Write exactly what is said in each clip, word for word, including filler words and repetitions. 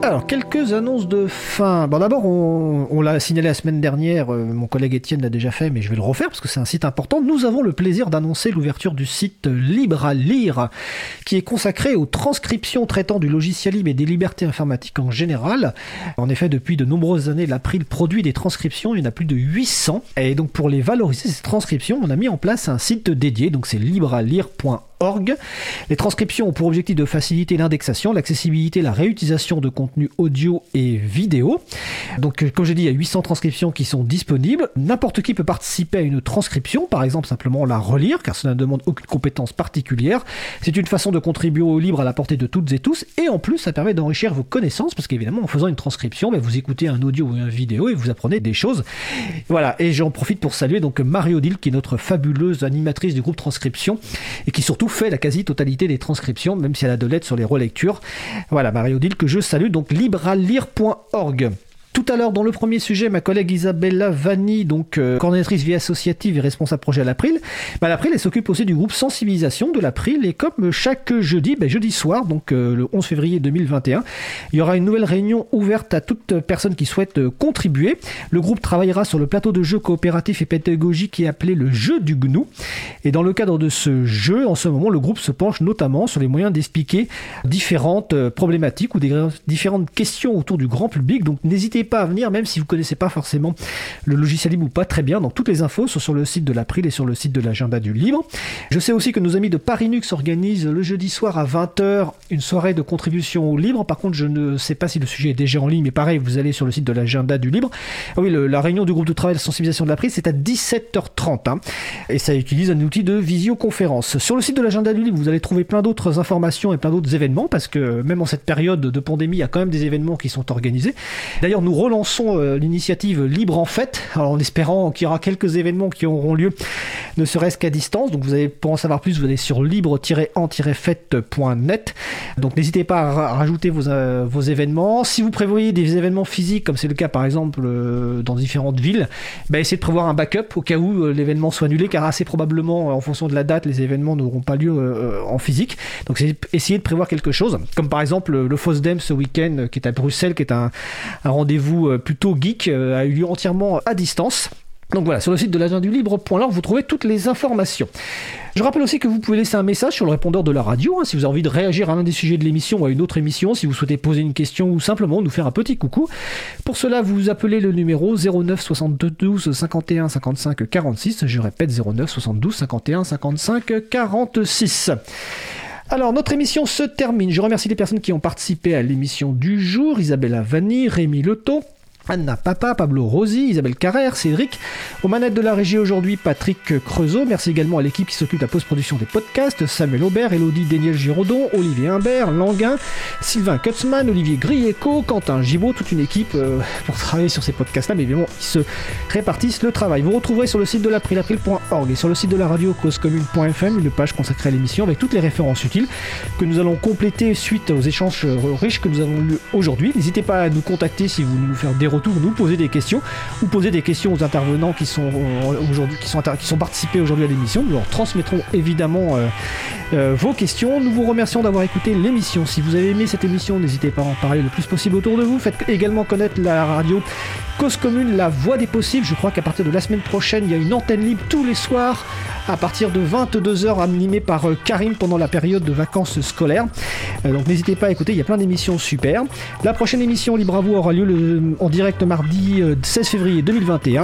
Alors, quelques annonces de fin. Bon, d'abord, on, on l'a signalé la semaine dernière, euh, mon collègue Étienne l'a déjà fait, mais je vais le refaire parce que c'est un site important. Nous avons le plaisir d'annoncer l'ouverture du site Libre à lire, qui est consacré aux transcriptions traitant du logiciel libre et des libertés informatiques en général. En effet, depuis de nombreuses années, l'April produit des transcriptions, il y en a plus de huit cents. Et donc, pour les valoriser, ces transcriptions, on a mis en place un site dédié, donc c'est libre à lire point org. Les transcriptions ont pour objectif de faciliter l'indexation, l'accessibilité, la réutilisation de contenus audio et vidéo. Donc, comme j'ai dit, il y a huit cents transcriptions qui sont disponibles. N'importe qui peut participer à une transcription, par exemple simplement la relire, car cela ne demande aucune compétence particulière. C'est une façon de contribuer au libre à la portée de toutes et tous, et en plus, ça permet d'enrichir vos connaissances, parce qu'évidemment, en faisant une transcription, ben, vous écoutez un audio ou une vidéo et vous apprenez des choses. Voilà, et j'en profite pour saluer donc Marie-Odile, qui est notre fabuleuse animatrice du groupe Transcription, et qui surtout fait la quasi-totalité des transcriptions, même si elle a de l'aide sur les relectures. Voilà, Marie-Odile, que je salue, donc libre à lire point org. Tout à l'heure, dans le premier sujet, ma collègue Isabella Vanni, donc euh, coordinatrice vie associative et responsable projet à l'April, bah, l'April, elle s'occupe aussi du groupe sensibilisation de l'April, et comme chaque jeudi, bah, jeudi soir, donc euh, le onze février deux mille vingt et un, il y aura une nouvelle réunion ouverte à toute personne qui souhaite euh, contribuer. Le groupe travaillera sur le plateau de jeu coopératif et pédagogique qui est appelé le jeu du G N U, et dans le cadre de ce jeu, en ce moment, le groupe se penche notamment sur les moyens d'expliquer différentes euh, problématiques ou des différentes questions autour du grand public, donc n'hésitez pas à venir, même si vous ne connaissez pas forcément le logiciel libre ou pas très bien. Donc toutes les infos sont sur le site de l'April et sur le site de l'agenda du libre. Je sais aussi que nos amis de Parinux organisent le jeudi soir à vingt heures une soirée de contribution au libre. Par contre, je ne sais pas si le sujet est déjà en ligne, mais pareil, vous allez sur le site de l'agenda du libre. Ah oui, le, la réunion du groupe de travail de sensibilisation de l'April, c'est à dix-sept heures trente, hein, et ça utilise un outil de visioconférence. Sur le site de l'agenda du libre, vous allez trouver plein d'autres informations et plein d'autres événements, parce que même en cette période de pandémie, il y a quand même des événements qui sont organisés. D'ailleurs, nous relançons euh, l'initiative Libre en Fête, alors en espérant qu'il y aura quelques événements qui auront lieu, ne serait-ce qu'à distance. Donc vous allez, pour en savoir plus, vous allez sur libre tiret en tiret fête point net. Donc n'hésitez pas à, ra- à rajouter vos, euh, vos événements. Si vous prévoyez des événements physiques, comme c'est le cas par exemple euh, dans différentes villes, bah, essayez de prévoir un backup au cas où euh, l'événement soit annulé, car assez probablement, en fonction de la date, les événements n'auront pas lieu euh, en physique. Donc c'est, essayez de prévoir quelque chose, comme par exemple le FOSDEM ce week-end, euh, qui est à Bruxelles, qui est un, un rendez-vous euh, plutôt geek, euh, a eu lieu entièrement à distance. Donc voilà, sur le site de l'agenda du libre point org, vous trouvez toutes les informations. Je rappelle aussi que vous pouvez laisser un message sur le répondeur de la radio, hein, si vous avez envie de réagir à l'un des sujets de l'émission ou à une autre émission, si vous souhaitez poser une question ou simplement nous faire un petit coucou. Pour cela, vous appelez le numéro zéro neuf soixante-douze cinquante et un cinquante-cinq quarante-six, je répète zéro neuf soixante-douze cinquante et un cinquante-cinq quarante-six. Alors, notre émission se termine. Je remercie les personnes qui ont participé à l'émission du jour: Isabella Vanni, Rémi Leto, Anna Papa, Pablo Rosi, Isabelle Carrère, Cédric. Aux manettes de la régie aujourd'hui, Patrick Creusot. Merci également à l'équipe qui s'occupe de la post-production des podcasts: Samuel Aubert, Elodie Daniel Giraudon, Olivier Humbert, Languin, Sylvain Kutzmann, Olivier Grieco, Quentin Gibaud, toute une équipe euh, pour travailler sur ces podcasts-là, mais évidemment, ils se répartissent le travail. Vous retrouverez sur le site de l'April, april point org, et sur le site de la radio cause commune point f m une page consacrée à l'émission avec toutes les références utiles que nous allons compléter suite aux échanges riches que nous avons eus aujourd'hui. N'hésitez pas à nous contacter si vous voulez nous faire des retours, nous poser des questions ou poser des questions aux intervenants qui sont aujourd'hui qui sont inter- qui sont participés aujourd'hui à l'émission. Nous leur transmettrons évidemment euh, euh, vos questions. Nous vous remercions d'avoir écouté l'émission. Si vous avez aimé cette émission, n'hésitez pas à en parler le plus possible autour de vous. Faites également connaître la radio Cause Commune, la voix des possibles. Je crois qu'à partir de la semaine prochaine, il y a une antenne libre tous les soirs à partir de vingt-deux heures, animée par euh, Karim pendant la période de vacances scolaires. Euh, donc n'hésitez pas à écouter, il y a plein d'émissions super. La prochaine émission Libre à vous aura lieu le, en direct mardi euh, seize février deux mille vingt et un.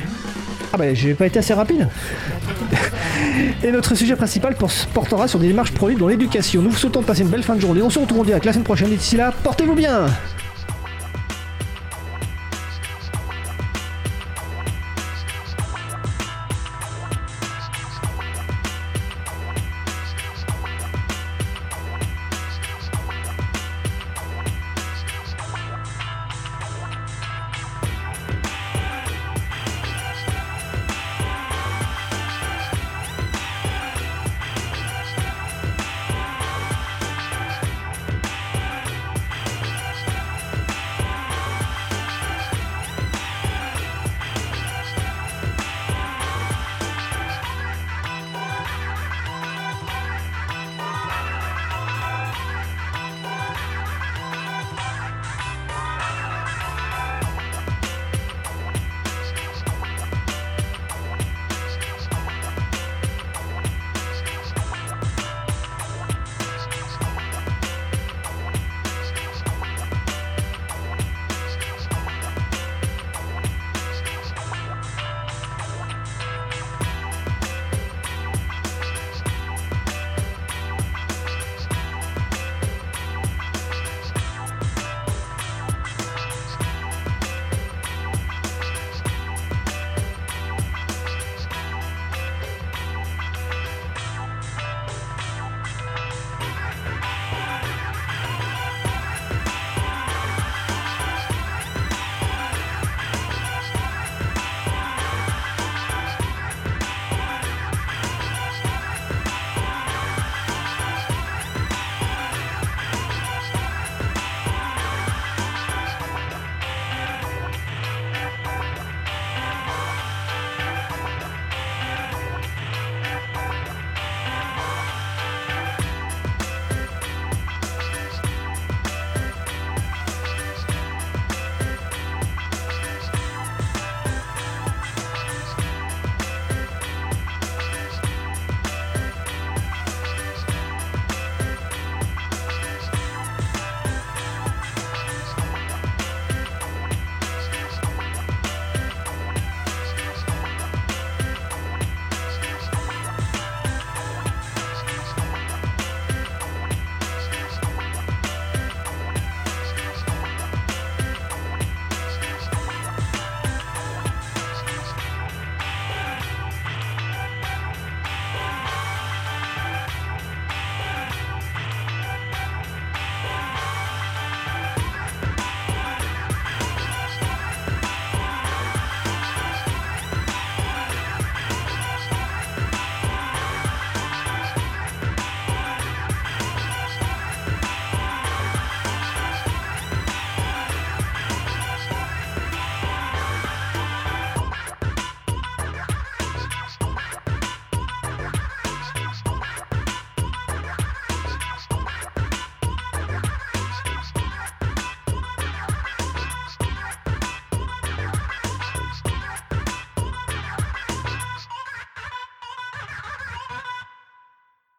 Ah bah j'ai pas été assez rapide. Et notre sujet principal portera sur des démarches pro-libre dans l'éducation. Nous vous souhaitons de passer une belle fin de journée. On se retrouve en direct la semaine prochaine et d'ici là, portez-vous bien.